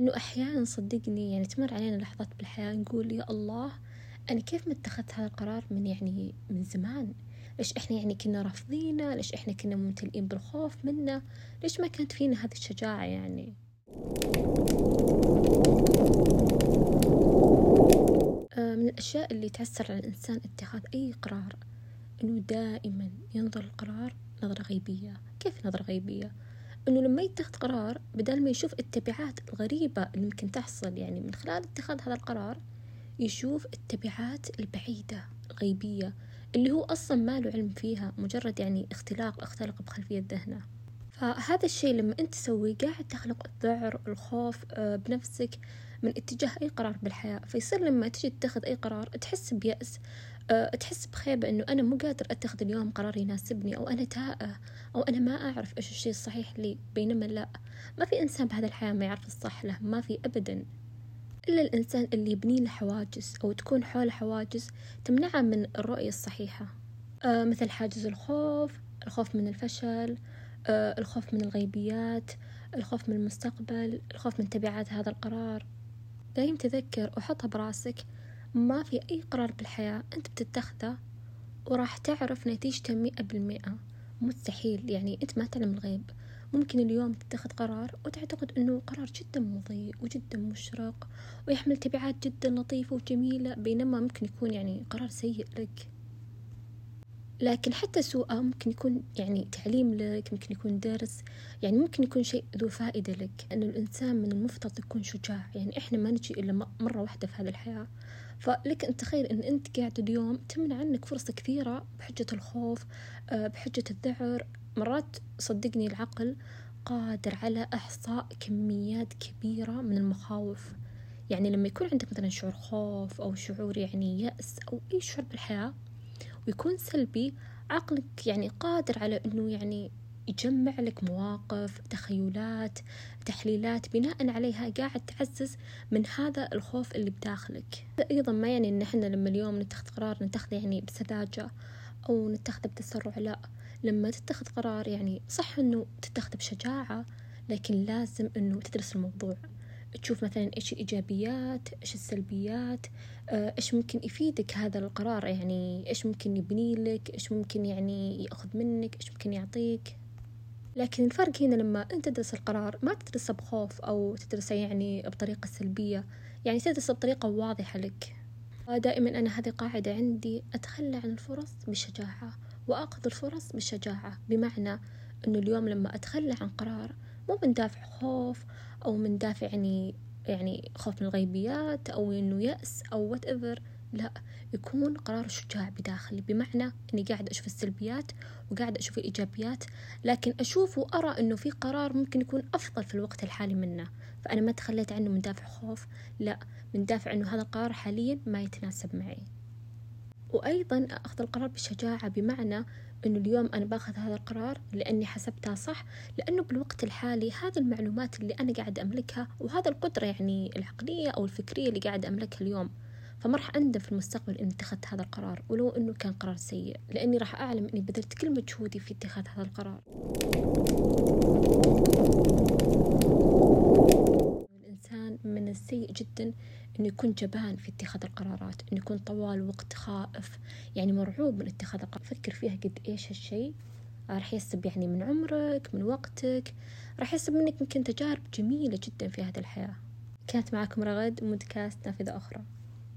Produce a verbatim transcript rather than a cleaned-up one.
إنه أحيانا صدقني يعني تمر علينا لحظات بالحياة نقول يا الله، أنا كيف ما اتخذت هذا القرار من يعني من زمان؟ ليش إحنا يعني كنا رافضينه؟ ليش إحنا كنا ممتلئين بالخوف منه؟ ليش ما كانت فينا هذه الشجاعة يعني؟ آه، من الأشياء اللي تأثر على الإنسان اتخاذ أي قرار إنه دائما ينظر القرار نظرة غيبية. كيف نظرة غيبية؟ إنه لما يتخذ قرار بدل ما يشوف التبعات الغريبة اللي ممكن تحصل يعني من خلال اتخاذ هذا القرار، يشوف التبعات البعيدة الغيبية اللي هو أصلا ما له علم فيها، مجرد يعني اختلاق اختلق بخلفية ذهنه. فهذا الشيء لما أنت تسوي قاعد تخلق الذعر الخوف آه، بنفسك من اتجاه أي قرار بالحياة. فيصير لما تجي تتخذ أي قرار تحس بيأس، أه تحس بخيبة، إنه أنا مو قادر أتخذ اليوم قرار يناسبني، أو أنا تائه، أو أنا ما أعرف إيش الشيء الصحيح لي. بينما لا، ما في إنسان بهذا الحياة ما يعرف الصح له، ما في أبدا، إلا الإنسان اللي يبني له حواجز أو تكون حوله حواجز تمنعه من الرؤية الصحيحة. أه مثل حاجز الخوف، الخوف من الفشل، أه الخوف من الغيبيات، الخوف من المستقبل، الخوف من تبعات هذا القرار. دايم تذكر وحطها براسك، ما في أي قرار بالحياة أنت بتتخذه وراح تعرف نتيجته مئة بالمئة. مستحيل، يعني أنت ما تعلم الغيب. ممكن اليوم تتخذ قرار وتعتقد أنه قرار جدا مضيء وجدا مشرق ويحمل تبعات جدا لطيفة وجميلة، بينما ممكن يكون يعني قرار سيء لك. لكن حتى سوءه ممكن يكون يعني تعليم لك، ممكن يكون درس، يعني ممكن يكون شيء ذو فائدة لك. أن الإنسان من المفترض يكون شجاع، يعني إحنا ما نجي إلا مرة واحدة في هذه الحياة. فلك أن تخيل أن أنت قاعد اليوم تمنع عنك فرصة كثيرة بحجة الخوف، بحجة الذعر. مرات صدقني العقل قادر على إحصاء كميات كبيرة من المخاوف. يعني لما يكون عندك مثلا شعور خوف أو شعور يعني يأس أو أي شعور بالحياة ويكون سلبي، عقلك يعني قادر على أنه يعني يجمع لك مواقف، تخيلات، تحليلات بناء عليها قاعد تعزز من هذا الخوف اللي بداخلك. أيضا ما يعني أن احنا لما اليوم نتخذ قرار نتخذ يعني بسذاجة أو نتخذ بتسرع، لا. لما تتخذ قرار يعني صح أنه تتخذ بشجاعة، لكن لازم أنه تدرس الموضوع، تشوف مثلا إيش الإيجابيات إيش السلبيات، آه، إيش ممكن يفيدك هذا القرار، يعني إيش ممكن يبني لك، إيش ممكن يعني يأخذ منك، إيش ممكن يعطيك. لكن الفرق هنا لما أنت تدرس القرار ما تدرسه بخوف أو تدرسه يعني بطريقة سلبية، يعني تدرسه بطريقة واضحة لك. دائما أنا هذه قاعدة عندي، أتخلى عن الفرص بشجاعة وأخذ الفرص بشجاعة. بمعنى أنه اليوم لما أتخلى عن قرار مو من دافع خوف أو من دافع يعني يعني خوف من الغيبيات أو إنه يأس أو whatever، لا، يكون قرار شجاع بداخلي. بمعنى أني قاعد أشوف السلبيات وقاعد أشوف الإيجابيات، لكن أشوف وأرى أنه في قرار ممكن يكون أفضل في الوقت الحالي منه، فأنا ما تخليت عنه من دافع خوف، لا، من دافع أنه هذا القرار حاليا ما يتناسب معي. وأيضا أخذ القرار بشجاعة، بمعنى أنه اليوم أنا باخذ هذا القرار لأني حسبتها صح، لأنه بالوقت الحالي هذه المعلومات اللي أنا قاعد أملكها وهذا القدرة يعني العقلية أو الفكرية اللي قاعد أملكها اليوم، فما راح أندم في المستقبل إني اتخذت هذا القرار ولو إنه كان قرار سيء، لأني راح أعلم إني بذلت كل مجهودي في اتخاذ هذا القرار. الإنسان من السيء جدا إنه يكون جبان في اتخاذ القرارات، إنه يكون طوال وقت خائف، يعني مرعوب من اتخاذ القرار. فكر فيها قد إيش هالشيء راح يسب يعني من عمرك، من وقتك، راح يسب منك يمكن تجارب جميلة جدا في هذه الحياة. كانت معكم رغد، مودكاست نافذة أخرى.